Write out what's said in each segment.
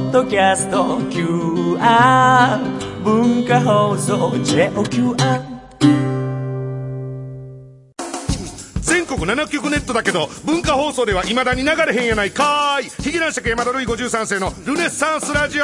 ッドキャスト QR 文化放送 JOQR 全国7局ネットだけど文化放送では未だに流れへんやないかーい。ヒゲ男爵山田ルイ53世のルネッサンスラジオ。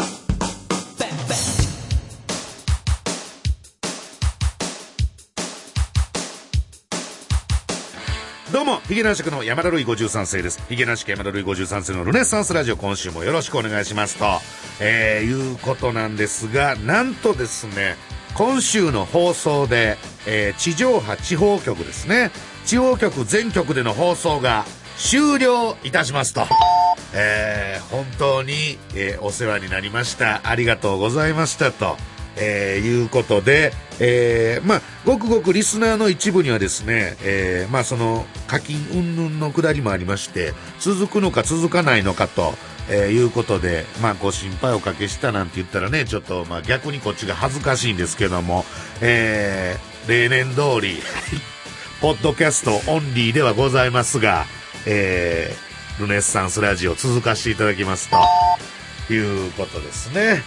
どうもヒゲ男爵の山田ルイ53世です。ヒゲ男爵山田ルイ53世のルネッサンスラジオ、今週もよろしくお願いしますと、いうことなんですが、なんとですね、今週の放送で、地上波地方局ですね、地方局全局での放送が終了いたしますと、本当に、お世話になりました、ありがとうございましたと、いうことで、ごくごくリスナーの一部にはですね、その課金云々のくだりもありまして、続くのか続かないのかと、いうことで、ご心配おかけしたなんて言ったらね、ちょっと逆にこっちが恥ずかしいんですけども、例年通りポッドキャストオンリーではございますが、ルネッサンスラジオ続かせていただきますということですね。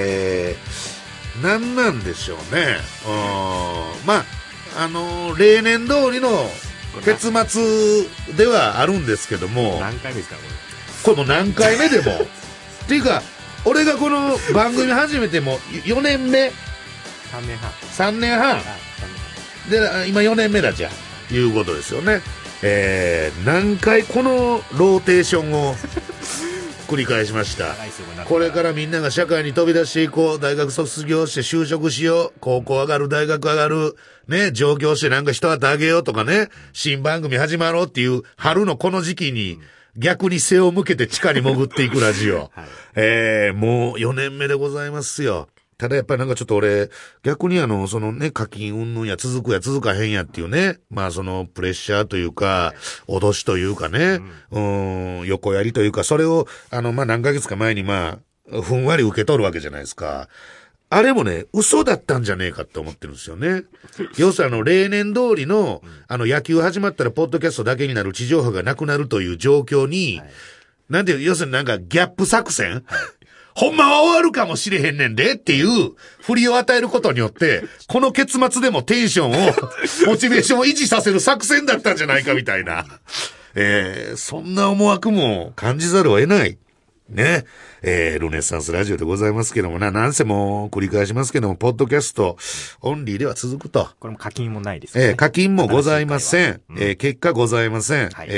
なんなんでしょうね。例年通りの結末ではあるんですけども、 何回目ですかこれもう何回目でもっていうか、俺がこの番組始めても4年目3年半で、今4年目だじゃいうことですよね。何回このローテーションを繰り返しました。これからみんなが社会に飛び出していこう、大学卒業して就職しよう、高校上がる、大学上がるね、上京してなんか一旗あげようとかね、新番組始まろうっていう春のこの時期に逆に背を向けて地下に潜っていくラジオ、はい、もう4年目でございますよ。ただやっぱりなんかちょっと俺、逆にそのね、課金云々や続くや続かへんやっていうね、そのプレッシャーというか、脅しというかね、横やりというか、それを、何ヶ月か前にふんわり受け取るわけじゃないですか。あれもね、嘘だったんじゃねえかって思ってるんですよね。要するに例年通りの、野球始まったらポッドキャストだけになる、地上波がなくなるという状況に、なんていう、要するになんかギャップ作戦ほんまは終わるかもしれへんねんでっていう振りを与えることによって、この結末でもテンションを、モチベーションを維持させる作戦だったんじゃないかみたいな。そんな思惑も感じざるを得ない。ね。ルネッサンスラジオでございますけどもなんせも繰り返しますけども、ポッドキャストオンリーでは続くと。 これも課金もないですよね。 課金もございません。結果ございません。はい、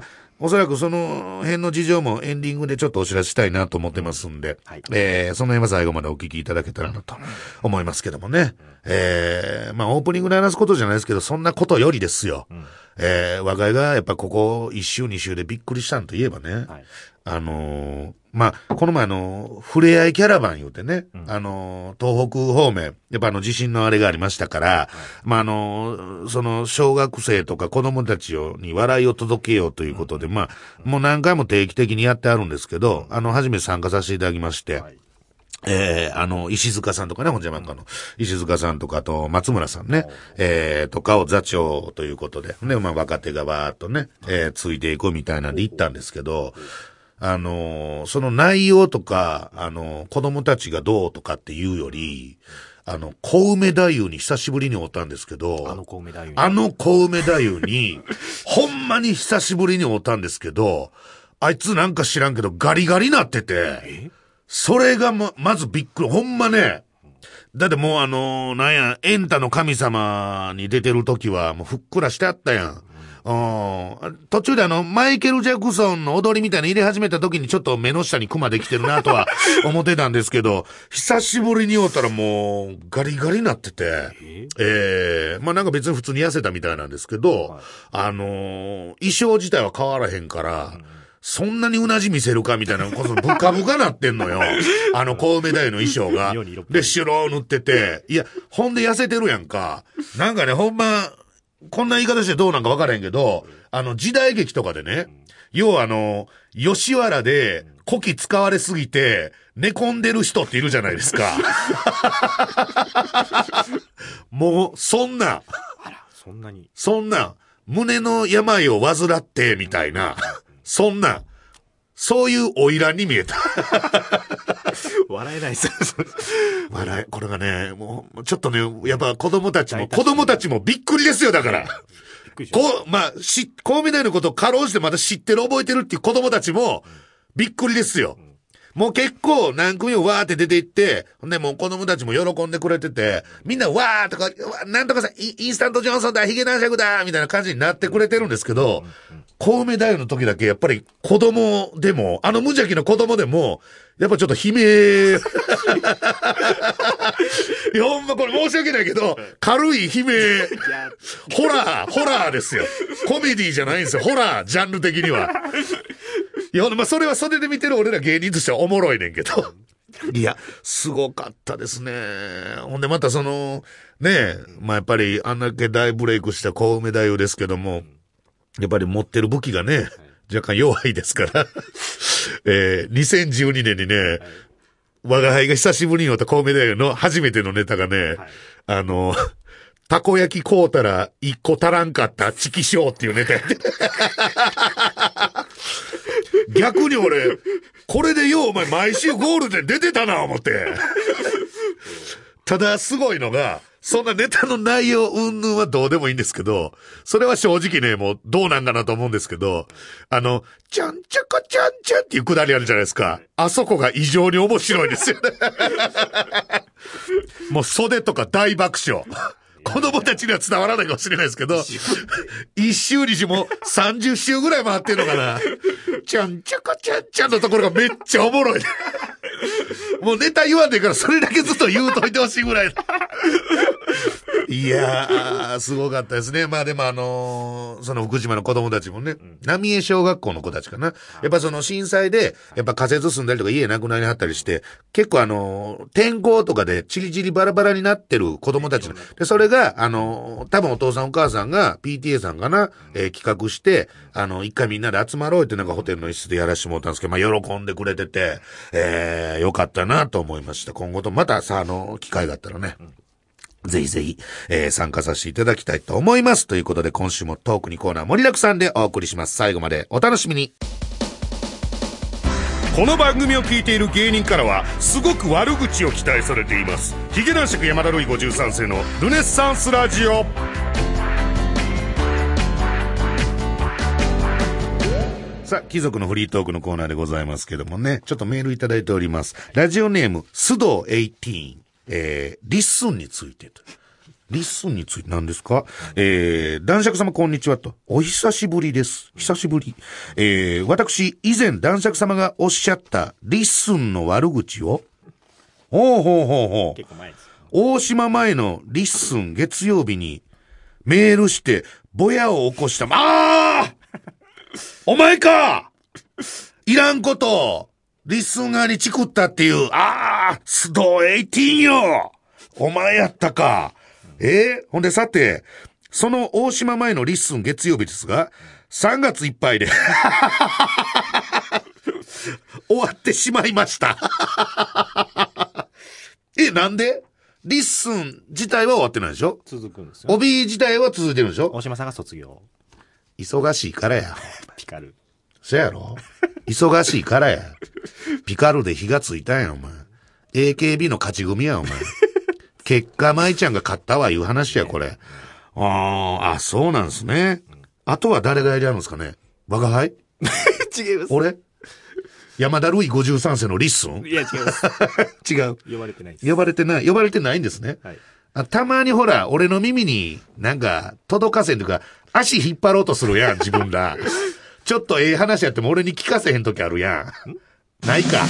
おそらくその辺の事情もエンディングでちょっとお知らせしたいなと思ってますんで、その辺は最後までお聞きいただけたらなと思いますけどもね。オープニングで話すことじゃないですけど、そんなことよりですよ。我が家がやっぱここ1週2週でびっくりしたんといえばね、この前ふれあいキャラバン言うてね、東北方面、やっぱ地震のあれがありましたから、その小学生とか子供たちに笑いを届けようということで、もう何回も定期的にやってあるんですけど、初めて参加させていただきまして、石塚さんとかね、本邪魔家の石塚さんとか、あと松村さんね、とかを座長ということで、ね、若手がバーっとね、ついていくみたいなんで行ったんですけど、その内容とか、子供たちがどうとかっていうより、小梅太夫に久しぶりに会ったんですけど、小梅太夫に、ほんまに久しぶりに会ったんですけど、あいつなんか知らんけどガリガリなってて、それがまずびっくり。ほんまね。だってもうエンタの神様に出てる時はもうふっくらしてあったやん。途中でマイケル・ジャクソンの踊りみたいな入れ始めた時にちょっと目の下にクマできてるなとは思ってたんですけど、久しぶりに会ったらもうガリガリになってて、なんか別に普通に痩せたみたいなんですけど、衣装自体は変わらへんから、そんなにうなじ見せるかみたいな、こそブカブカなってんのよ。小梅太夫の衣装が。で、白塗ってて、いや、ほんで痩せてるやんか。なんかね、ほんま、こんな言い方してどうなんか分からへんけど、時代劇とかでね、要は吉原で古希使われすぎて、寝込んでる人っているじゃないですか。もう、そんな、胸の病を患って、みたいな、そんそういう花魁に見えた。 笑えないですよ。 これがね、もう、ちょっとね、やっぱ子供たちもびっくりですよ、だから。コウメ太夫のことをかろうじてまだ知ってる覚えてるっていう子供たちも、びっくりですよ。もう結構何組もわーって出て行って、ほんでもう子供たちも喜んでくれてて、みんなわーとか、なんとかさ、インスタントジョンソンだ、ヒゲ男爵だ、みたいな感じになってくれてるんですけど、コウメ太夫の時だけやっぱり子供でも、無邪気な子供でも、やっぱちょっと悲鳴。いや、ほんまこれ申し訳ないけど、軽い悲鳴。ホラーですよ。コメディじゃないんですよ。ホラー、ジャンル的には。いや、それは袖で見てる俺ら芸人としてはおもろいねんけど。いや、すごかったですね。ほんでまたやっぱりあんだけ大ブレイクしたコウメ太夫ですけども、やっぱり持ってる武器がね、若干弱いですから。2012年にね、我が輩が久しぶりに会ったコウメ太夫の初めてのネタがね、たこ焼き買うたら一個足らんかったチキショーっていうネタやって。逆に俺、これでようお前毎週ゴールデン出てたな思って。ただすごいのが、そんなネタの内容云々はどうでもいいんですけど、それは正直ね、もうどうなんかなと思うんですけど、ちゃんちゃかちゃんちゃんっていうくだりあるじゃないですか。あそこが異常に面白いですよね。もう袖とか大爆笑。子供たちには伝わらないかもしれないですけど、一周にしも30周ぐらい回ってんのかな。ちゃんちゃかちゃんちゃんのところがめっちゃおもろい。もうネタ言わんでからそれだけずっと言うといてほしいぐらい。いやー、すごかったですね。まあでもその福島の子供たちもね、浪江小学校の子たちかな。やっぱその震災で、やっぱ仮設住んだりとか家なくなりはったりして、結構天候とかでチリチリバラバラになってる子供たちの。で、それが、多分お父さんお母さんが PTA さんかな、企画して、一回みんなで集まろうってなんかホテルの一室でやらしてもらったんですけど、まあ喜んでくれてて、よかったなと思いました。今後とまたさ、機会があったらね。ぜひぜひ、参加させていただきたいと思います。ということで今週もトークにコーナー盛りだくさんでお送りします。最後までお楽しみに。この番組を聞いている芸人からはすごく悪口を期待されています。ヒゲ男爵山田ルイ53世のルネッサンスラジオ。さあ、貴族のフリートークのコーナーでございますけどもね、ちょっとメールいただいております。ラジオネーム須藤18。リッスンについてと。リッスンについて何ですか？男爵様こんにちはと。お久しぶりです。久しぶり。私、以前男爵様がおっしゃったリッスンの悪口を、結構前です。大島前のリッスン月曜日にメールしてぼやを起こした。お前か！いらんことをリッスン側にチクったっていう、須藤18よ！お前やったか。ほんでさて、その大島前のリッスン月曜日ですが、3月いっぱいで終わってしまいました。なんで？リッスン自体は終わってないでしょ？ 続くんですよ。 帯自体は続いてるでしょ？ 大島さんが卒業。 忙しいからや。 ピカル。 そやろ？忙しいからや。ピカルで火がついたんや、お前。AKB の勝ち組や、お前。結果、舞ちゃんが勝ったわ、いう話や、これ。そうなんですね。あとは誰がやりあるんですかね？我が輩？ 違います。 俺？山田ルイ53世のリッスン？ いや、違います。 違う。 呼ばれてないです。 呼ばれてないんですね。 はい。 たまにほら、俺の耳になんか届かせんというか、足引っ張ろうとするやん、自分ら。ちょっと話やっても俺に聞かせへんときあるやん。ないか。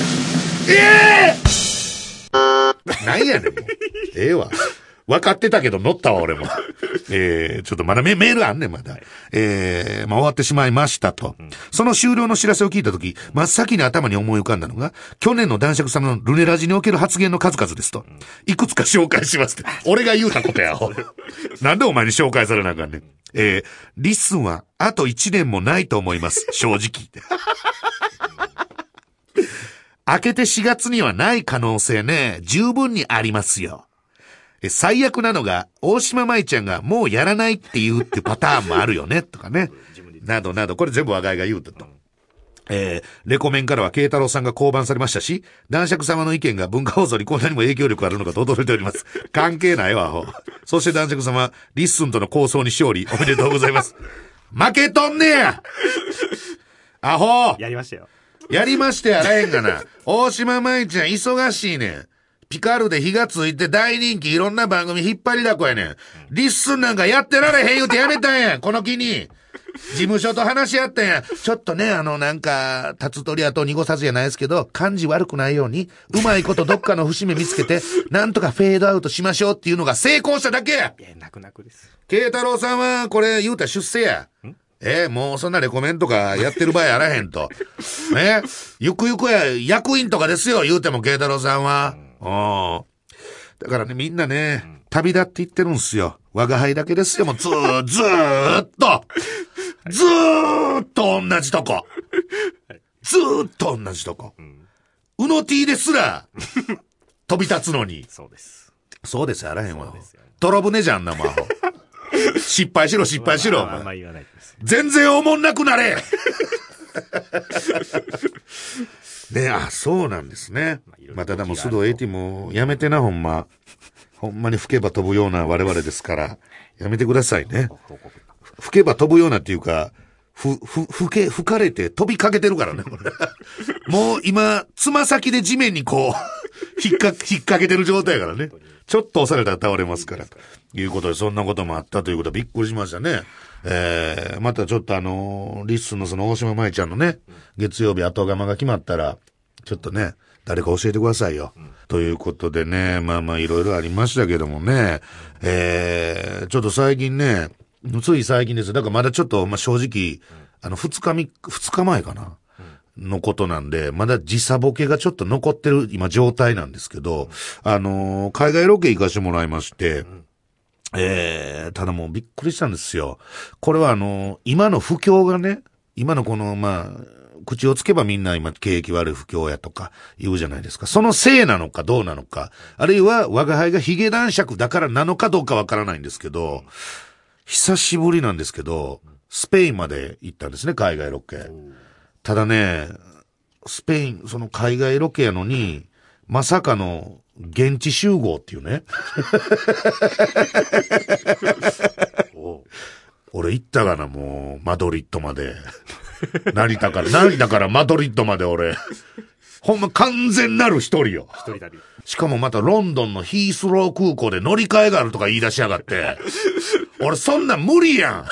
なんやねん、もう。わ。分かってたけど乗ったわ、俺も。ちょっとまだメールあんねん、まだ。終わってしまいましたと。その終了の知らせを聞いたとき、真っ先に頭に思い浮かんだのが、去年の男爵様のルネラジにおける発言の数々ですと。いくつか紹介しますって。俺が言うたことや。なんでお前に紹介されなあかんねん。リッスンはあと1年もないと思います。正直。明けて4月にはない可能性ね、十分にありますよ。最悪なのが、大島舞ちゃんがもうやらないって言うってパターンもあるよね、とかね。などなど、これ全部我が家が言うたと。 レコメンからは慶太郎さんが降板されましたし、男爵様の意見が文化放送にこんなにも影響力あるのかと驚いております。関係ないわ、アホ。そして男爵様、リッスンとの構想に勝利、おめでとうございます。負けとんねやアホやりましたよ。 やりましてやらへんがな。大島舞ちゃん忙しいねん。ピカルで火がついて大人気いろんな番組引っ張りだこやねん。リッスンなんかやってられへん言うてやめたんや、この気に。事務所と話し合ったんや。ちょっとね、なんか、立つ鳥跡濁さずじゃないですけど、感じ悪くないように、うまいことどっかの節目見つけて、なんとかフェードアウトしましょうっていうのが成功しただけや。 泣く泣くです。 慶太郎さんは、これ言うたら出世や。もうそんなレコメンとかやってる場合あらへんと。ね、ゆくゆくや役員とかですよ、言うても慶太郎さんは。だからね、みんなね、旅立っていってるんすよ。我が輩だけですよ、もうずーっと。ずーっと同じとこ。ずーっと同じとこ。うの T ですら、飛び立つのに。 そうです。 そうですよ、あらへんわ。泥船じゃんな、もうアホ。失敗しろ、失敗しろ。 あんま言わないです。 全然おもんなくなれね、あ、そうなんですね。またでも、須藤エイティもやめてな、ほんま。ほんまに吹けば飛ぶような我々ですから、やめてくださいね。吹けば飛ぶようなっていうか、吹かれて飛びかけてるからね。もう今、つま先で地面にこう、引っ掛けてる状態やからね。ちょっと押されたら倒れますから。ということで、そんなこともあったということはびっくりしましたね。またちょっとリッスンのその大島舞ちゃんのね、月曜日後釜が決まったら、ちょっとね、誰か教えてくださいよ。ということでね、まあまあいろいろありましたけどもね、ちょっと最近ね、つい最近です。だからまだちょっと、まあ正直、2日前かな。のことなんで、まだ時差ボケがちょっと残ってる今状態なんですけど、海外ロケ行かしてもらいまして、ただもうびっくりしたんですよ。これは今の不況がね、今のこの、まあ、口をつけばみんな今景気悪い不況やとか言うじゃないですか。そのせいなのかどうなのか、あるいは我が輩がヒゲ男爵だからなのかどうかわからないんですけど、久しぶりなんですけど、スペインまで行ったんですね、海外ロケ。ただね、スペイン、その海外ロケやのに、まさかの現地集合っていうね。俺行ったかな、もう、マドリッドまで。成田からマドリッドまで俺。ほんま完全なる一人よ。 一人旅。 しかもまたロンドンのヒースロー空港で乗り換えがあるとか言い出しやがって。俺そんなん無理やん。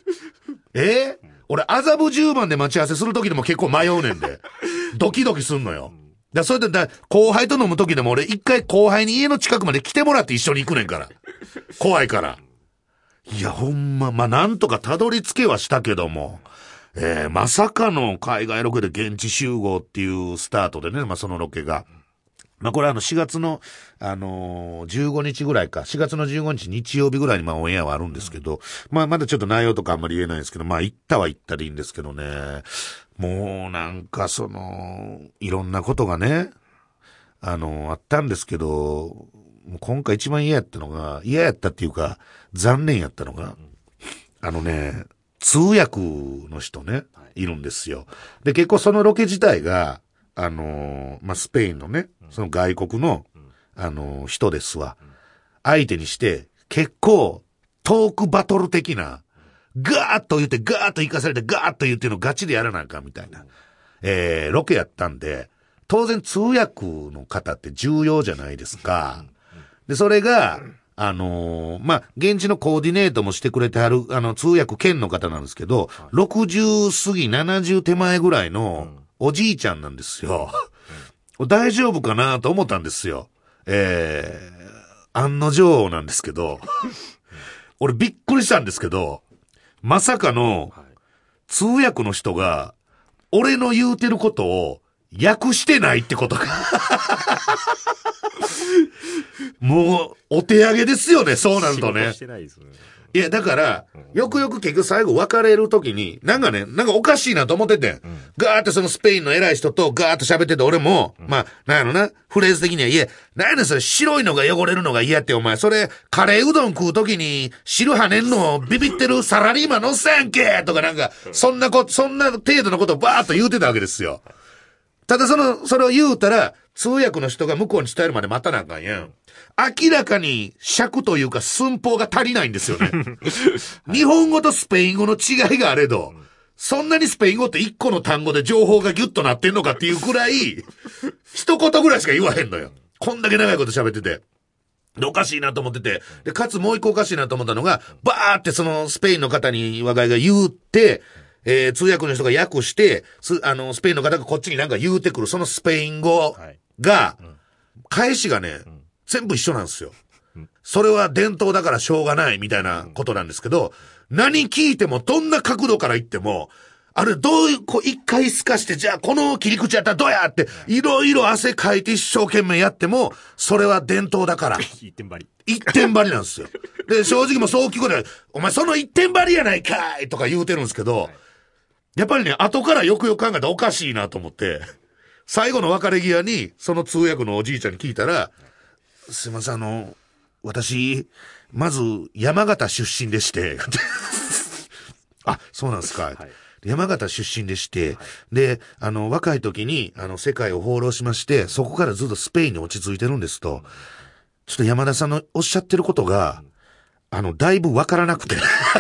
俺麻布10番で待ち合わせするときでも結構迷うねんで。ドキドキすんのよ。それで後輩と飲むときでも俺一回後輩に家の近くまで来てもらって一緒に行くねんから。怖いから。いやほんま、まあなんとかたどり着けはしたけども。まさかの海外ロケで現地集合っていうスタートでね、まあそのロケが。まあこれ4月の、15日ぐらいか、4月の15日日曜日ぐらいにまあオンエアはあるんですけど、まあまだちょっと内容とかあんまり言えないんですけど、まあ行ったは行ったでいいんですけどね、もうなんかいろんなことがね、あったんですけど、今回一番嫌やったっていうか、残念やったのが、通訳の人ね、いるんですよ。で、結構そのロケ自体が、まあ、スペインのね、その外国の、人ですわ。相手にして、結構、トークバトル的な、ガーッと言って、ガーッと行かされて、ガーッと言ってのガチでやらなあかんみたいな、ロケやったんで、当然通訳の方って重要じゃないですか。で、それが、まあ、現地のコーディネートもしてくれてはる、通訳兼の方なんですけど、60過ぎ、70手前ぐらいの、おじいちゃんなんですよ。大丈夫かなと思ったんですよ。案の定なんですけど、俺びっくりしたんですけど、まさかの、通訳の人が、俺の言うてることを、訳してないってことか。もう、お手上げですよね、そうなるとね。 してないですね。 いや、だから、よくよく結局最後別れるときに、なんかおかしいなと思っててん。ガーってそのスペインの偉い人とガーッと喋ってて、俺も、まあ、なんやろな、フレーズ的には、いや、なんやねんそれ白いのが汚れるのが嫌って、お前、それ、カレーうどん食うときに、汁跳ねんのビビってるサラリーマンのおっさんやんけとかなんか、そんな程度のことをバーッと言うてたわけですよ。ただそれを言うたら、通訳の人が向こうに伝えるまで待たなあかんやん。明らかに尺というか寸法が足りないんですよね。日本語とスペイン語の違いがあれど、そんなにスペイン語って一個の単語で情報がギュッとなってんのかっていうくらい、一言ぐらいしか言わへんのよ。こんだけ長いこと喋ってて。で、おかしいなと思ってて。で、かつもう一個おかしいなと思ったのが、バーってそのスペインの方に我が家が言うって、通訳の人が訳して、スペインの方がこっちになんか言うてくる、そのスペイン語が、返しがね、全部一緒なんですよ。それは伝統だからしょうがないみたいなことなんですけど、何聞いてもどんな角度から言っても、あれどういう、一回透かして、じゃあこの切り口やったらどうやって、いろいろ汗かいて一生懸命やっても、それは伝統だから。 一点張り。 一点張りなんですよ。で、正直もそう聞くで、お前その一点張りやないかいとか言うてるんですけど、やっぱりね、後からよくよく考えたらおかしいなと思って、最後の別れ際に、その通訳のおじいちゃんに聞いたら、すいません、私、まず、山形出身でして、あ、そうなんですか。はい、山形出身でして、はい、で、若い時に、世界を放浪しまして、そこからずっとスペインに落ち着いてるんですと、ちょっと山田さんのおっしゃってることが、だいぶわからなくて。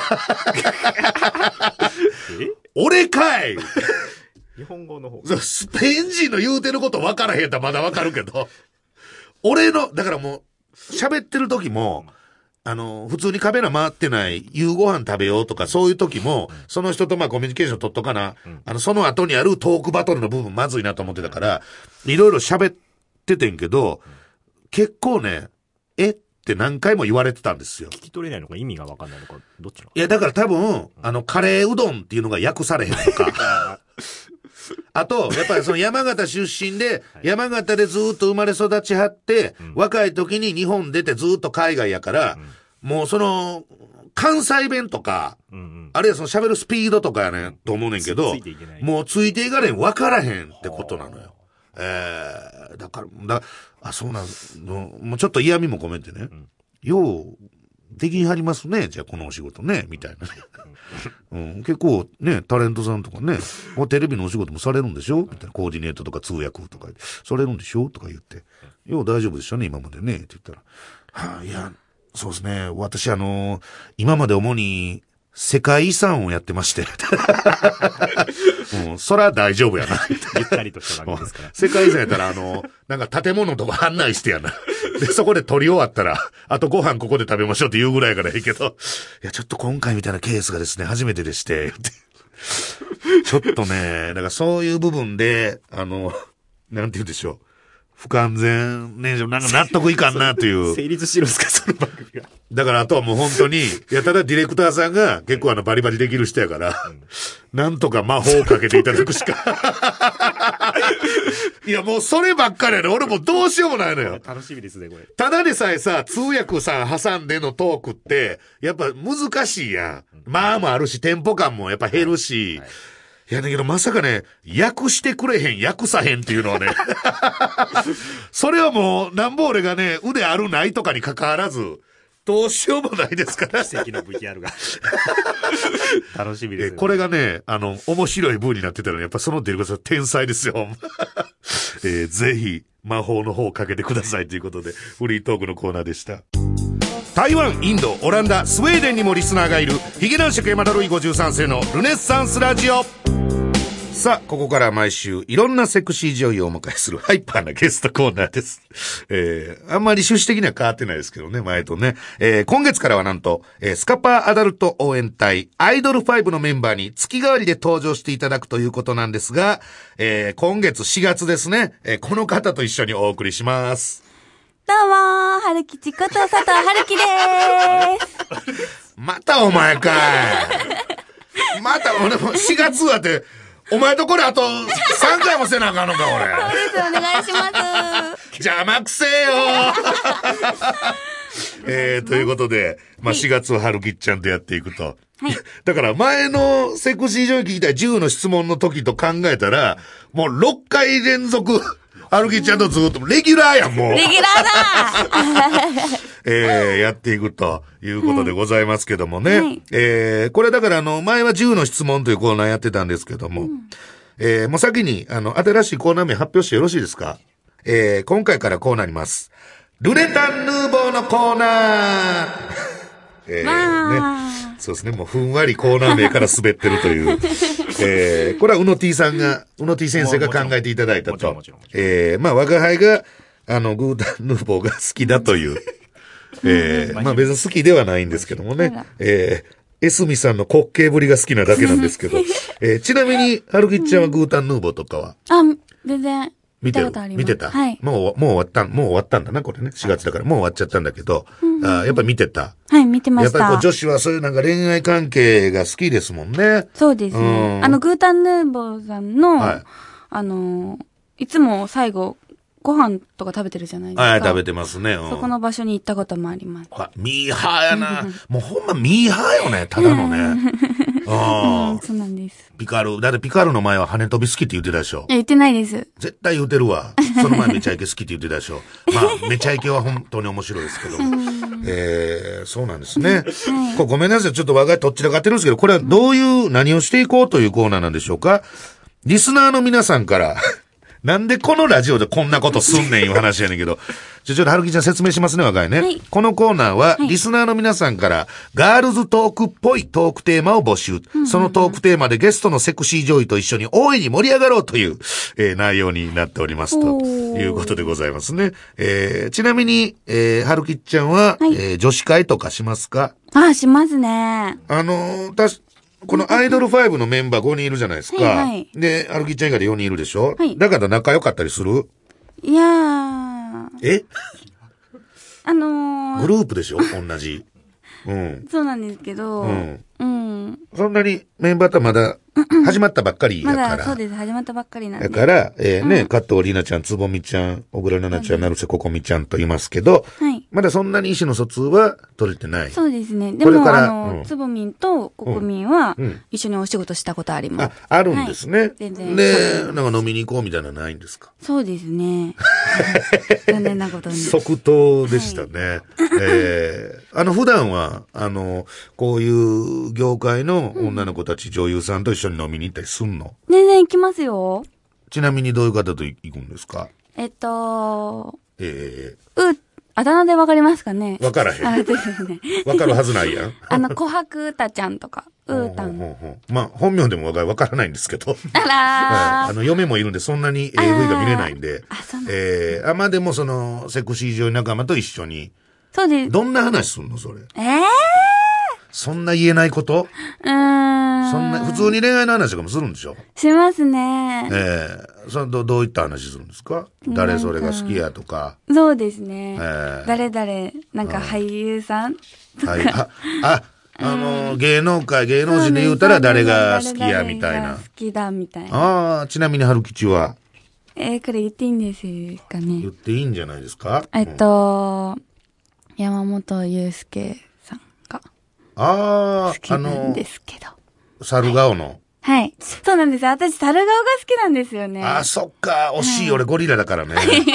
俺かい日本語の方。 スペイン人の言うてること分からへんやったらまだ分かるけど、だからもう、喋ってる時も、普通にカメラ回ってない夕ご飯食べようとかそういう時も、その人とコミュニケーション取っとかな、その後にあるトークバトルの部分まずいなと思ってたから、いろいろ喋っててんけど、結構ね、って何回も言われてたんですよ。 聞き取れないのか意味が分かんないのか、どっちの？ いや、だから多分、カレーうどんっていうのが訳されへんとか。あと、やっぱりその山形出身で、山形でずっと生まれ育ちはって、若い時に日本出てずっと海外やから、もうその、関西弁とか、あるいはその喋るスピードとかやねんと思うねんけど、もうついていかれん、分からへんってことなのよ。そうなんの、もうちょっと嫌味も込めてね、よう、できはりますね、じゃあこのお仕事ね、みたいなね。結構ね、タレントさんとかね、テレビのお仕事もされるんでしょみたいな、コーディネートとか通訳とか、されるんでしょとか言って、よう大丈夫でしたね、今までね、って言ったら、いや、そうですね、私今まで主に、世界遺産をやってまして。そら大丈夫やな。 ゆったりとした番組ですから。 世界遺産やったらなんか建物とか案内してやな。で、そこで撮り終わったら、あとご飯ここで食べましょうって言うぐらいからいいけど、いや、ちょっと今回みたいなケースがですね、初めてでして、ちょっとね、だからそういう部分で、なんて言うんでしょう。不完全ね、なんか納得いかんなという。 成立してるんですか、その番組が。 だからあとはもう本当に、ただディレクターさんが結構バリバリできる人やから、なんとか魔法をかけていただくしか。いやもうそればっかりやね。俺もうどうしようもないのよ。 楽しみですね、これ。 ただでさえさ、通訳さん挟んでのトークって、やっぱ難しいやん。まあもあるし、テンポ感もやっぱ減るし、いやだけどまさかね、訳してくれへん、訳さへんっていうのはね。それはもう、なんぼ俺がね、腕あるないとかに関わらず、どうしようもないですから。 奇跡の VTR が。楽しみです、ね。 これがね、面白い文になってたら、やっぱそのディレクターさん天才ですよ。ぜひ、魔法の方をかけてくださいということで、フリートークのコーナーでした。台湾、インド、オランダ、スウェーデンにもリスナーがいる、ヒゲ男爵山田ルイ53世のルネッサンスラジオ。さあ、ここからは毎週いろんなセクシー女優をお迎えするハイパーなゲストコーナーです。あんまり趣旨的には変わってないですけどね、前とね。今月からはなんと、スカパーアダルト応援隊アイドル5のメンバーに月替わりで登場していただくということなんですが、今月4月ですね、この方と一緒にお送りします。 どうもー、春吉こと佐藤春樹でーす。 またお前かい。また俺も4月はって、お前とこれあと3回もせなあかんのか、俺。 そうです、お願いします。 邪魔くせえよということで、まあ、4月は春吉ちゃんとやっていくと。 はい。 だから前のセクシー上に聞きたい10の質問の時と考えたら、もう6回連続、春吉ちゃんとずっとレギュラーやん、もう。 レギュラーだやっていくということでございますけどもね。 はい、 これだから前は10の質問というコーナーやってたんですけども、もう先に新しいコーナー名発表してよろしいですか？今回からコーナーにます。ルネタンヌーボーのコーナーね。そうですね。もうふんわりコーナー名から滑ってるという。これはうの T さんが、うの T 先生が考えていただいたと。まあ我輩が、グータンヌーボーが好きだという。まあ別に好きではないんですけどもね。エスミさんの滑稽ぶりが好きなだけなんですけど。ちなみに、春吉ちゃんはグータンヌーボーとかは全然。 見てたはい。 もう終わったんだな、これね。4月だからもう終わっちゃったんだけど。やっぱり見てた。 はい、見てました。 やっぱり女子はそういうなんか恋愛関係が好きですもんね。 そうですね。グータンヌーボーさんの、いつも最後、ご飯とか食べてるじゃないですか。 はい、食べてますね。 そこの場所に行ったこともあります。 ミーハーやな。もうほんまミーハーよね、ただのね。 そうなんです。 ピカル。だってピカルの前は羽飛び好きって言ってたでしょ。 言ってないです。 絶対言うてるわ。その前めちゃイケ好きって言ってたでしょ。まあ、めちゃイケは本当に面白いですけど。そうなんですね。ごめんなさい。ちょっと我が家どっちらかってるんですけど、これはどういう何をしていこうというコーナーなんでしょうか。リスナーの皆さんから、なんでこのラジオでこんなことすんねんいう話やねんけど。ちょっと春吉ちゃん説明しますね、若いね。はい、このコーナーは、リスナーの皆さんから、ガールズトークっぽいトークテーマを募集。そのトークテーマでゲストのセクシー女優と一緒に大いに盛り上がろうという、内容になっておりますということでございますね。ちなみに、春吉ちゃんは、女子会とかしますか？ しますね。 このアイドル5のメンバー5人いるじゃないですか。はいはい、で、春吉ちゃん以外で4人いるでしょ？はい、だから仲良かったりする？ いやー。 グループでしょ？同じ。 そうなんですけど。 そんなにメンバーとはまだ始まったばっかりやから。 まだそうです。始まったばっかりなんで。 だから、加藤里奈ちゃん、つぼみちゃん、小倉奈々ちゃん、成瀬ここみちゃんと言いますけど、まだそんなに意思の疎通は取れてない。 そうですね。でも、つぼみんとここみんは、一緒にお仕事したことあります。 あるんですね。 全然。 で、なんか飲みに行こうみたいなのないんですか？ そうですね。残念なことに。 即答でしたね。普段は、こういう業界の女の子たち、女優さんと一緒に飲みに行ったりすんの？ 全然行きますよ。 ちなみにどういう方と行くんですか？ あだ名でわかりますかね？ わからへん。 ですね。 わかるはずないやん。 琥珀うたちゃんとか、うーたん。 まあ、本名でもわからないんですけど。 あら嫁もいるんで、そんなに AV が見れないんで。 そうなんまあでもその、セクシー女優仲間と一緒に。 そうです。 どんな話すんのそれ？そんな言えないこと？そんな、普通に恋愛の話とかもするんでしょ？ しますね。 それどういった話するんですか？誰それが好きやとか。 そうですね。誰々、なんか俳優さんとか。 芸能人で言うたら誰が好きやみたいな。 好きだみたいな。 ちなみに春吉は？ これ言っていいんですかね？ 言っていいんじゃないですか？ 山本祐介さんが。好きなんですけど。 猿顔の。 はい。そうなんです。私、猿顔が好きなんですよね。 そっか。惜しい。俺ゴリラだからね。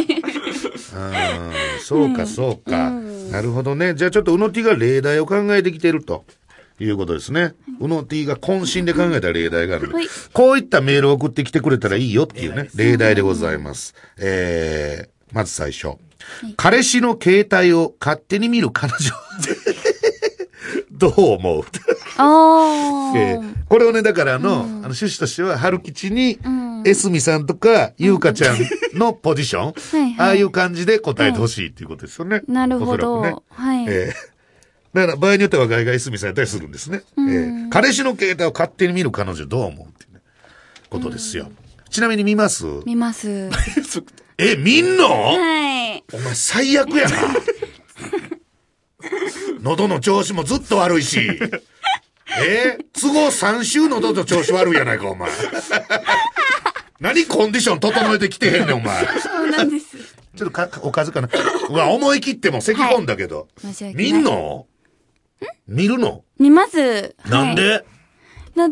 そうか、そうか。なるほどね。じゃあちょっとうの T が例題を考えてきてるということですね。うの T が渾身で考えた例題がある。こういったメールを送ってきてくれたらいいよっていうね、例題でございます。まず最初。彼氏の携帯を勝手に見る彼女。どう思う？これをね、だから趣旨としては、春吉に、エスミさんとか、ゆうかちゃんのポジション、ああいう感じで答えてほしいっていうことですよね。 なるほど。 だから場合によっては、外がエスミさんやったりするんですね。彼氏の携帯を勝手に見る彼女どう思うっていう、ね、ことですよ。ちなみに見ます？ 見ます。 見んの？ はい。 お前最悪やな。喉の調子もずっと悪いし。都合3週喉の調子悪いやないか、お前。何コンディション整えてきてへんねん、お前。 そうなんです。 ちょっとおかずかな。うわ、思い切っても咳込んだけど。 申し訳ない。 見んの？見るの？ 見ます。 なんで？ だって、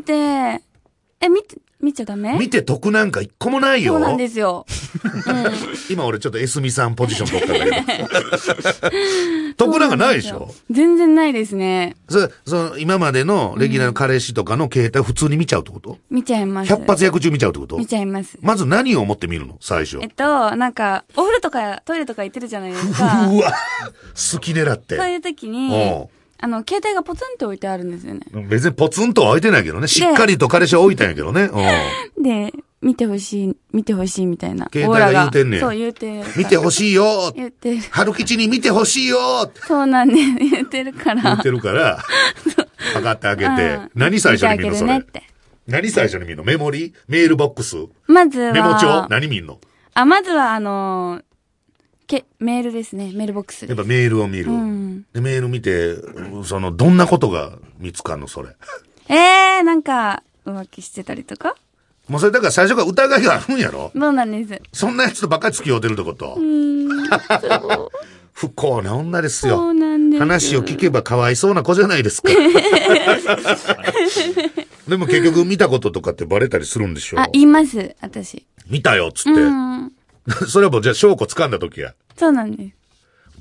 見ちゃダメ？ 見て得なんか一個もないよ。 そうなんですよ。 今俺ちょっとエスミさんポジション取ったんだけど。得なんかないでしょ？ 全然ないですね。 今までのレギュラーの彼氏とかの携帯普通に見ちゃうってこと？見ちゃいます。 100発100中見ちゃうってこと？ 見ちゃいます。 まず何を思って見るの？最初。 なんか、お風呂とかトイレとか行ってるじゃないですか。 うわ、好き狙って。 そういう時に、携帯がポツンと置いてあるんですよね。 別にポツンとは置いてないけどね。しっかりと彼氏は置いたんやけどね。 で、見てほしいみたいな。 携帯が言うてんねん。 そう、言うて。 見てほしいよ。 言ってる。 春吉に見てほしいよ。 そうなんで、言ってるから。 言ってるから、パカって開けて。何最初に見るのそれ。何最初に見るの？メモリ？メールボックス？ まずは。 メモ帳？何見るの？ まずはメールですね。メールボックス。 やっぱメールを見る。で、メール見て、どんなことが見つかんのそれ。 なんか、浮気してたりとか？ もうそれだから最初から疑いがあるんやろ？ そうなんです。 そんなやつとばっかり付き合うてるってこと？不幸な女ですよ。 そうなんです。 話を聞けばかわいそうな子じゃないですか。でも結局見たこととかってバレたりするんでしょ？ 言います、私。 見たよっつって。それはもうじゃあ証拠掴んだ時や。 そうなんです。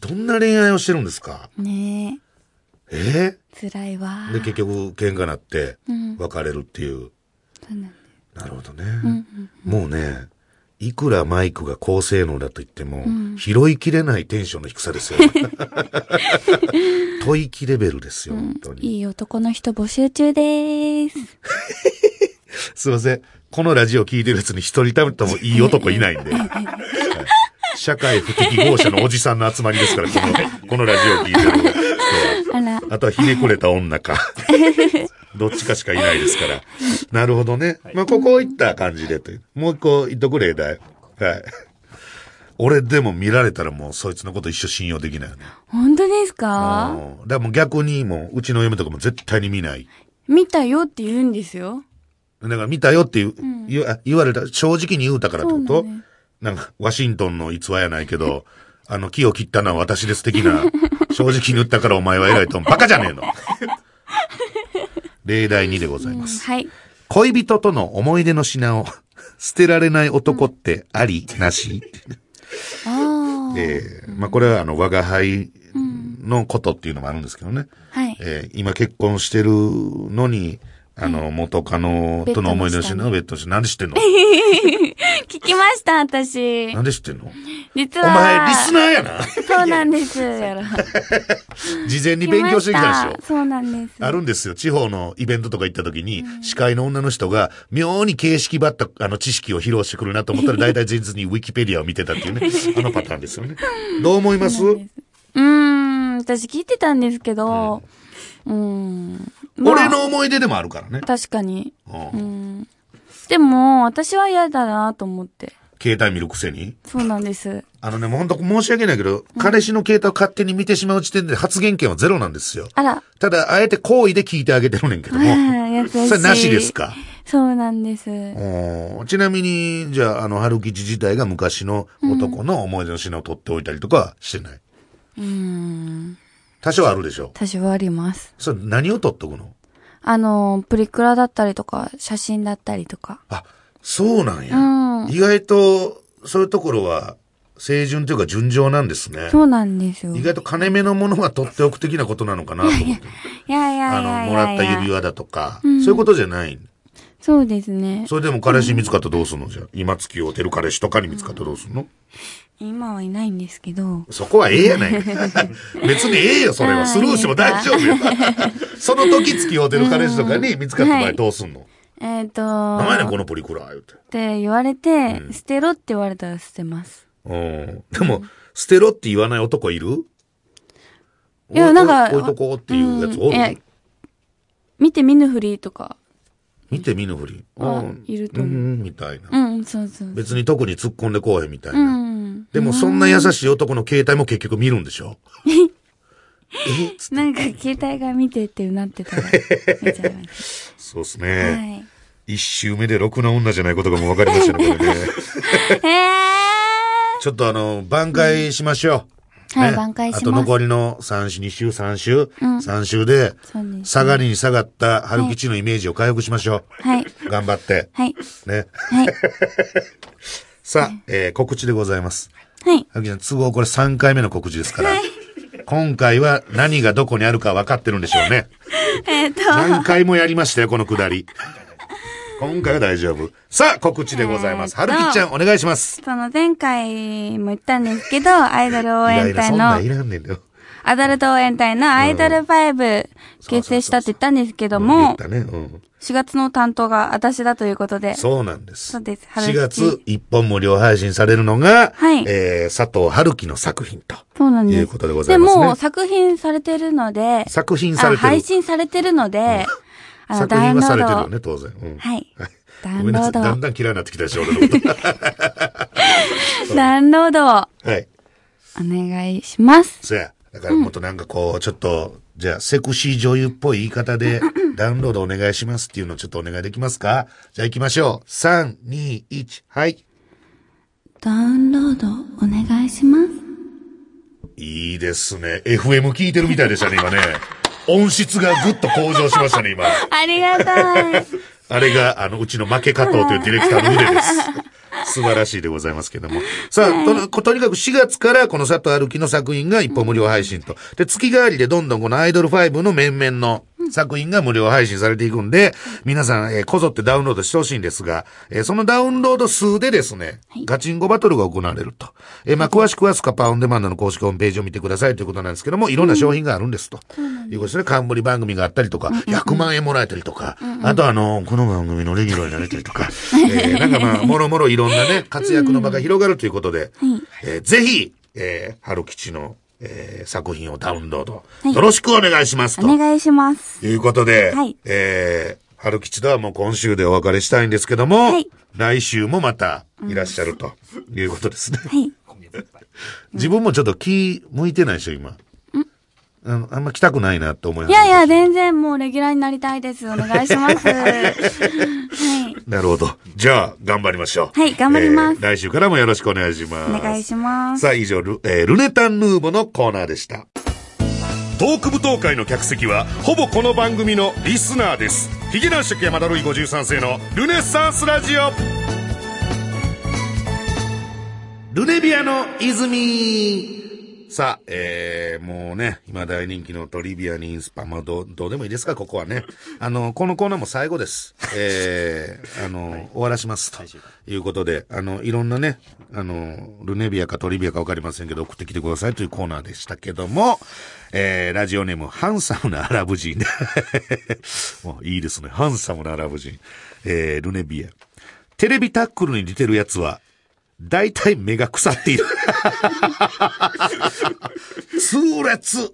どんな恋愛をしてるんですか？ ねえ。 辛いわ。 で結局喧嘩なって別れるっていう。 そうなんです。 なるほどね。もうね、いくらマイクが高性能だと言っても、拾いきれないテンションの低さですよ。吐息レベルですよ、本当に。 いい男の人募集中でーす。 すいません。このラジオ聞いてるやつに一人たともいい男いないんで。社会不適合者のおじさんの集まりですから、このラジオ聞いてる人は。あとはひねくれた女か。どっちかしかいないですから。なるほどね。まあ、こういった感じでという。もう一個言っとくれだよ。はい。俺でも見られたらもうそいつのこと一生信用できないよね。 本当ですか？ だからもう逆にもう、うちの嫁とかも絶対に見ない。 見たよって言うんですよ。 だから見たよって言われた、正直に言うたからってこと？なんか、ワシントンの逸話やないけど、木を切ったのは私です的な、正直に言ったからお前は偉いと思う。バカじゃねえの。例題2でございます。 はい。 恋人との思い出の品を捨てられない男ってあり、なし？まあ、これは我が輩のことっていうのもあるんですけどね。 はい。 今結婚してるのに、元カノとの思い出の品をベッドして、なんで知ってんの？ 聞きました、私。 なんで知ってんの？ 実は。 お前、リスナーやな。 そうなんです。 事前に勉強してきたでしょ？ そうなんです。 あるんですよ。地方のイベントとか行った時に、司会の女の人が、妙に形式ばった、知識を披露してくるなと思ったら、大体前日にウィキペディアを見てたっていうね、パターンですよね。どう思います？ 私聞いてたんですけど、 俺の思い出でもあるからね。 確かに。でも、私は嫌だなと思って。 携帯見るくせに？ そうなんです。 もう本当申し訳ないけど、彼氏の携帯を勝手に見てしまう時点で発言権はゼロなんですよ。 あら。 ただ、あえて好意で聞いてあげてるねんけども。 優しい。 それなしですか？ そうなんです。 ちなみに、じゃあ、春吉自体が昔の男の思い出の品を取っておいたりとかはしてない？多少あるでしょ？ 多少あります。 それ何を取っとくの？ プリクラだったりとか、写真だったりとか。 あ、そうなんや。意外と、そういうところは、清純というか純情なんですね。 そうなんですよ。 意外と金目のものは取っておく的なことなのかなと思って。 いや。 もらった指輪だとか、そういうことじゃない。 そうですね。 それでも彼氏見つかったらどうすんの？じゃあ、今付き合うてる彼氏とかに見つかったらどうすんの？ 今はいないんですけど。 そこはええやないか。別にええよ、それは。スルーしても大丈夫よ。その時付き合うてる彼氏とかに見つかった場合どうすんの？名前ね、このプリクラ、言うて。 って言われて、捨てろって言われたら捨てます。 でも、捨てろって言わない男いる？ いや、なんか。 置いとこうっていうやつおる？ 見て見ぬふりとか。 見て見ぬふり。 いると思う。 みたいな。 そう。 別に特に突っ込んでこうへんみたいな。でもそんな優しい男の携帯も結局見るんでしょ？ なんか携帯が見てってなってたら見ちゃいます。 そうですね。一周目でろくな女じゃないことがもう分かりましたね、これね。 ちょっと挽回しましょう。 はい、挽回します。 あと残りの2週、3週で、下がりに下がった春吉のイメージを回復しましょう。 はい。 頑張って。 はい。 ね。 はい。 さあ、告知でございます。 はい。 春吉さん、都合これ3回目の告知ですから。はい。今回は何がどこにあるか分かってるんでしょうね。何回もやりましたよ、このくだり。今回は大丈夫。さあ、告知でございます。はるきちゃん、お願いします。 前回も言ったんですけど、アイドル応援隊の、 いらんねんだよ。 アダルト応援隊のアイドル5結成したって言ったんですけども、 言ったね。 4月の担当が私だということで。 そうなんです。 そうです。 4月1本無料配信されるのが、 はい。 佐藤春樹の作品と。 そうなんです。 いうことでございますね。 でも、作品されてるので、配信されてるので、 作品はされてるよね、当然。 はい。 ダウンロード。だんだん嫌いになってきたでしょ、俺のこと。 ダウンロードを。 はい。 お願いします。 そうや。だからもっとなんかこう、ちょっと、じゃあ、セクシー女優っぽい言い方で、ダウンロードお願いしますっていうのをちょっとお願いできますか？じゃあ行きましょう。3、2、1、はい。 ダウンロードお願いします。 いいですね。FM 聞いてるみたいでしたね、今ね。音質がぐっと向上しましたね、今。 ありがたい。 あれが、うちの負け加藤というディレクターの腕です。素晴らしいでございますけども。さあ、とにかく4月からこの佐藤歩きの作品が一本無料配信と。で、月替わりでどんどんこのアイドル5の面々の作品が無料配信されていくんで、皆さん、こぞってダウンロードしてほしいんですが、そのダウンロード数でですね、ガチンコバトルが行われると。詳しくはスカパーオンデマンドの公式ホームページを見てくださいということなんですけども、いろんな商品があるんですと。いうことですね。冠番組があったりとか、100万円もらえたりとか、あとこの番組のレギュラーになれたりとか、なんかもろもろいろんなね、活躍の場が広がるということで、ぜひ、春吉の作品をダウンロード、よろしくお願いしますと。 お願いします。 いうことで、 はい、 春吉とはもう今週でお別れしたいんですけども、はい、来週もまたいらっしゃるということですね。 はい、 自分もちょっと気向いてないでしょ、今。あんま来たくないなって思います。 いや、全然もうレギュラーになりたいです。お願いします。はい。 なるほど。じゃあ、頑張りましょう。 はい、頑張ります。 来週からもよろしくお願いします。 お願いします。 さあ、以上、ルネタンヌーボのコーナーでした。トーク舞踏会の客席は、ほぼこの番組のリスナーです。ヒゲ男爵山田ルイ53世のルネッサンスラジオ。ルネビアの泉。さあ、もうね、今大人気のトリビアにインスパ、まあ、どうでもいいですか、ここはね。このコーナーも最後です。終わらします。ということで、いろんなね、ルネビアかトリビアかわかりませんけど、送ってきてくださいというコーナーでしたけども、ラジオネーム、ハンサムなアラブ人。もういいですね。ハンサムなアラブ人。ルネビア。テレビタックルに似てるやつは、大体目が腐っている。痛烈。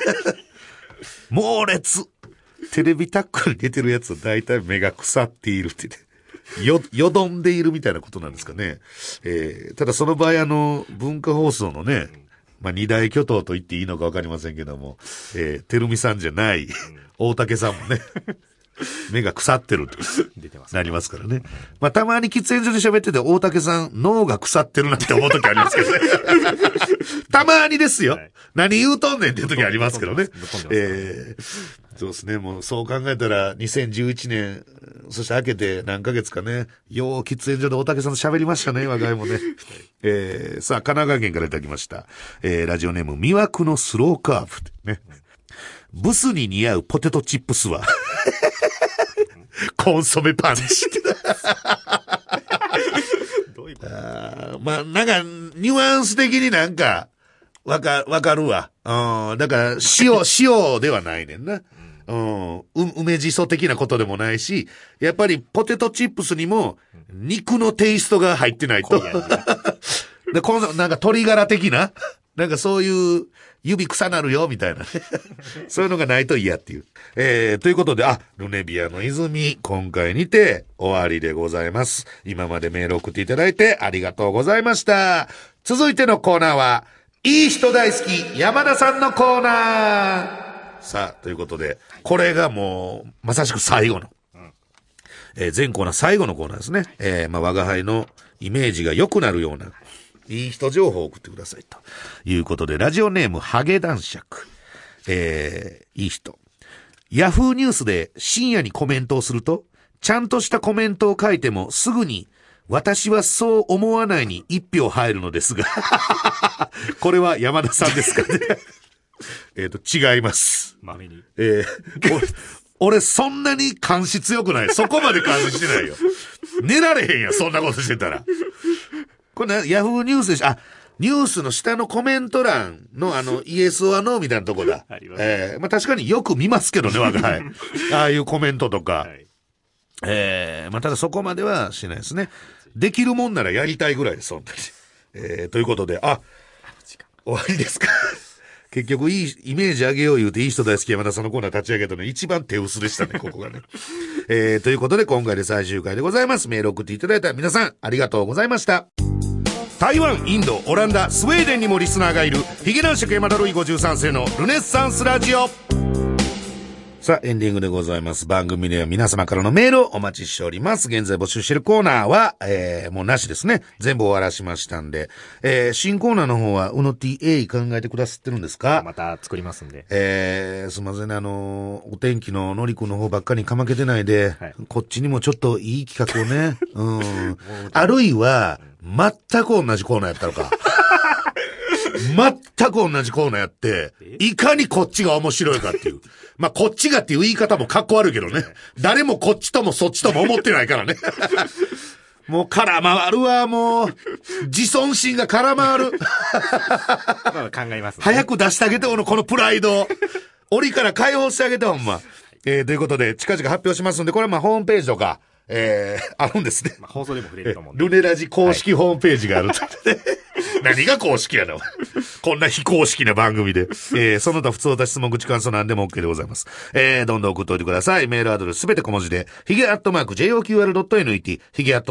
猛烈。テレビタックルに出てるやつは大体目が腐っているって言って、よどんでいるみたいなことなんですかね。ただその場合文化放送のね、まあ、二大巨頭と言っていいのかわかりませんけども、てるみさんじゃない、大竹さんもね、目が腐ってるとなりますからね。まあ、たまに喫煙所で喋ってて、大竹さん、脳が腐ってるなんて思う時ありますけどね。たまにですよ。はい、何言うとんねんっていう時ありますけどね。そうですね。もうそう考えたら、2011年、そして明けて何ヶ月かね、よう喫煙所で大竹さんと喋りましたね、若いもね。さあ、神奈川県からいただきました。ラジオネーム、魅惑のスローカーブってね。ブスに似合うポテトチップスは、コンソメパンチ。まあ、なんか、ニュアンス的になんか、わかるわ。だから、塩ではないねんな。梅じそ的なことでもないし、やっぱりポテトチップスにも、肉のテイストが入ってないと。で、この、なんか鶏ガラ的な、なんかそういう、指臭なるよ、みたいな。そういうのがないと嫌っていう。ということで、ルネビアの泉、今回にて終わりでございます。今までメール送っていただいてありがとうございました。続いてのコーナーは、いい人大好き、山田さんのコーナー。さあ、ということで、これがもう、まさしく最後の。全コーナー最後のコーナーですね。まあ、我が輩のイメージが良くなるような、 いい人情報を送ってくださいということで、ラジオネームハゲ男爵、いい人。ヤフーニュースで深夜にコメントをすると、ちゃんとしたコメントを書いてもすぐに私はそう思わないに一票入るのですがこれは山田さんですかね違います。 豆に。 俺そんなに監視強くない。そこまで監視してないよ。寝られへんやん、そんなことしてたら。これヤフーニュースでしょ。ニュースの下のコメント欄のイエスはノーみたいなとこだ。 ありますね。 まあ確かによく見ますけどね、若い。ああいうコメントとか。はい、まあただそこまではしないですね。できるもんならやりたいぐらいです、本当に。ということで、終わりですか。結局いいイメージ上げよう言うていい人大好き山田さんのコーナー立ち上げたのに一番手薄でしたね、ここがね。ということで今回で最終回でございます。メール送っていただいた皆さんありがとうございました。台湾、インド、オランダ、スウェーデンにもリスナーがいるヒゲ男爵山田ルイ53世のルネッサンスラジオ。さあ、エンディングでございます。番組では皆様からのメールをお待ちしております。現在募集しているコーナーは、もうなしですね。全部終わらしましたんで。新コーナーの方は、うの TA 考えてくださってるんですか？ また作りますんで。 すいませんね、お天気ののりくんの方ばっかりかまけてないで、はい、こっちにもちょっといい企画をね。あるいは、全く同じコーナーやったのか。全く同じコーナーやって、いかにこっちが面白いかっていう。まあ、こっちがっていう言い方もかっこ悪いけどね。誰もこっちともそっちとも思ってないからね。もう空回るわ、もう。自尊心が空回る。 まあ考えますね。 早く出してあげて、このプライド。檻から解放してあげて、ほんま。ということで、近々発表しますんで、これはまあホームページとか、あるんですね。 まあ、放送でも触れると思うんで。 ルネラジ公式ホームページがあると。何が公式やな。こんな非公式な番組で。その他普通た質問口感想何でも OK でございます。どんどん送っておいてください。メールアドレスすべて小文字で、ヒゲ@joqr.net、ヒゲ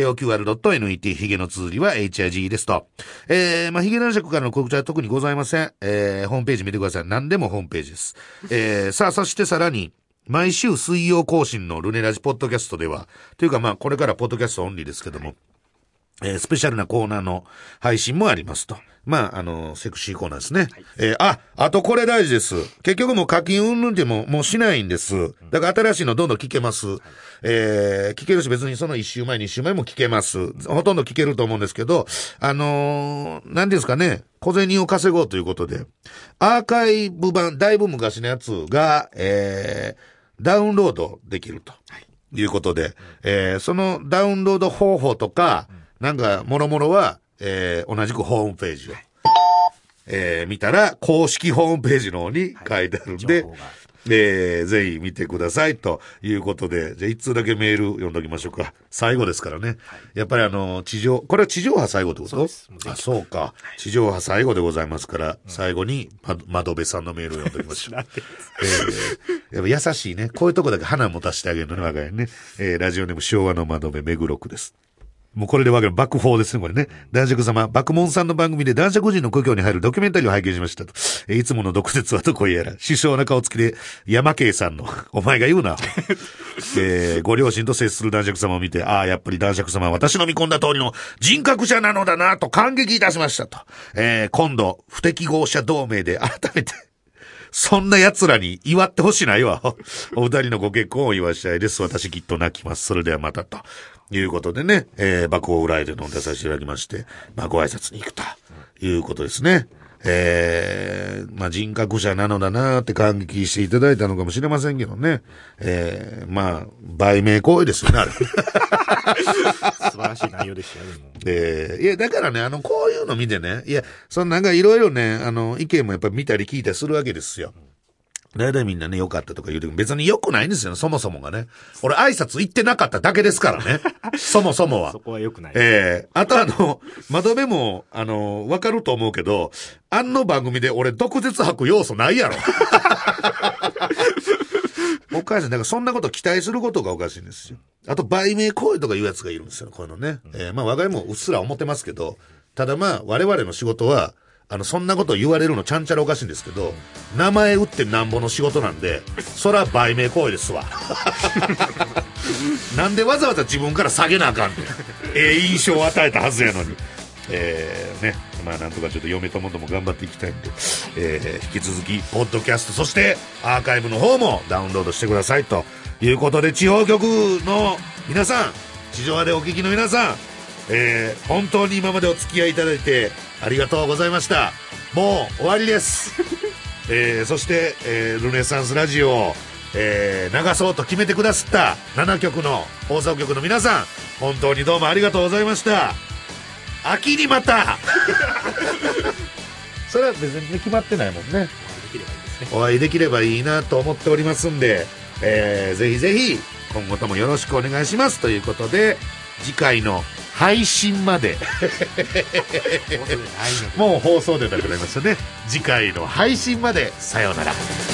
@joqr.net、ヒゲの綴りは HIG ですと。まあ、ヒゲ男爵からの告知は特にございません。ホームページ見てください。何でもホームページです。さあ、そしてさらに、毎週水曜更新のルネラジポッドキャストでは、というかまあこれからポッドキャストオンリーですけども、スペシャルなコーナーの配信もありますと。まあセクシーコーナーですね。はい、あとこれ大事です。結局もう課金うんぬんでもしないんです。だから新しいのどんどん聞けます。聞けるし別にその1週前2週前も聞けます。ほとんど聞けると思うんですけど、なんですかね、小銭を稼ごうということで、アーカイブ版、だいぶ昔のやつが、ダウンロードできるということで、そのダウンロード方法とか、なんか、もろもろは、同じくホームページを、見たら、公式ホームページの方に書いてあるんで、ぜひ見てくださいということで、じゃあ一通だけメール読んどきましょうか。最後ですからね。やっぱりこれは地上波最後ってこと？そうです。そうか。地上波最後でございますから、最後に、窓辺さんのメールを読んどきましょう。やっぱ優しいね。こういうとこだけ花持たせてあげるのね、若いね。ラジオネーム昭和の窓辺目黒区です。もうこれでわかる爆砲ですね、これね。男爵様、爆問さんの番組で男爵人の故郷に入るドキュメンタリーを拝見しましたと。いつもの毒舌はどこへやら、首相な顔つきで山慶さんの、お前が言うな。ご両親と接する男爵様を見て、やっぱり男爵様は私の見込んだ通りの人格者なのだなと感激いたしましたと。今度、不適合者同盟で改めて、そんな奴らに祝ってほしないわ。お二人のご結婚をお祝いしたいです。私きっと泣きます。それではまたと。いうことでね、爆砲裏へで飲んでさせていただきまして、まあご挨拶に行くということですね。まあ人格者なのだなーって感激していただいたのかもしれませんけどね。まあ、売名行為ですよね、あれ。 素晴らしい内容でしたよ、 いや、だからね、こういうの見てね、いや、なんかいろいろね、意見もやっぱり見たり聞いたりするわけですよ。だいたいみんなね、良かったとか言うても別に良くないんですよ、そもそもがね。俺挨拶行ってなかっただけですからね。そもそもは。 そこは良くない。 あと窓辺も、わかると思うけど、番組で俺毒舌吐く要素ないやろ。おかしい。だからそんなこと期待することがおかしいんですよ。あと、売名行為とか言うやつがいるんですよ、こういうのね。まあ、我が家もうっすら思ってますけど、ただまあ、我々の仕事は、そんなこと言われるのちゃんちゃらおかしいんですけど、名前打ってなんぼの仕事なんで、そら売名行為ですわ。なんでわざわざ自分から下げなあかんねん。印象を与えたはずやのに。 ね、まあなんとかちょっと嫁ともども頑張っていきたいんで、引き続きポッドキャストそしてアーカイブの方もダウンロードしてくださいということで、地方局の皆さん、地上波でお聞きの皆さん、本当に今までお付き合いいただいてありがとうございました。もう終わりですそして、ルネサンスラジオを、流そうと決めてくださった7局の放送局の皆さん、本当にどうもありがとうございました。秋にまたそれは別に決まってないもんね。お会いできればいいなと思っておりますんで、ぜひぜひ今後ともよろしくお願いしますということで、次回の配信までもう放送でなくなりますよね。次回の配信までさようなら。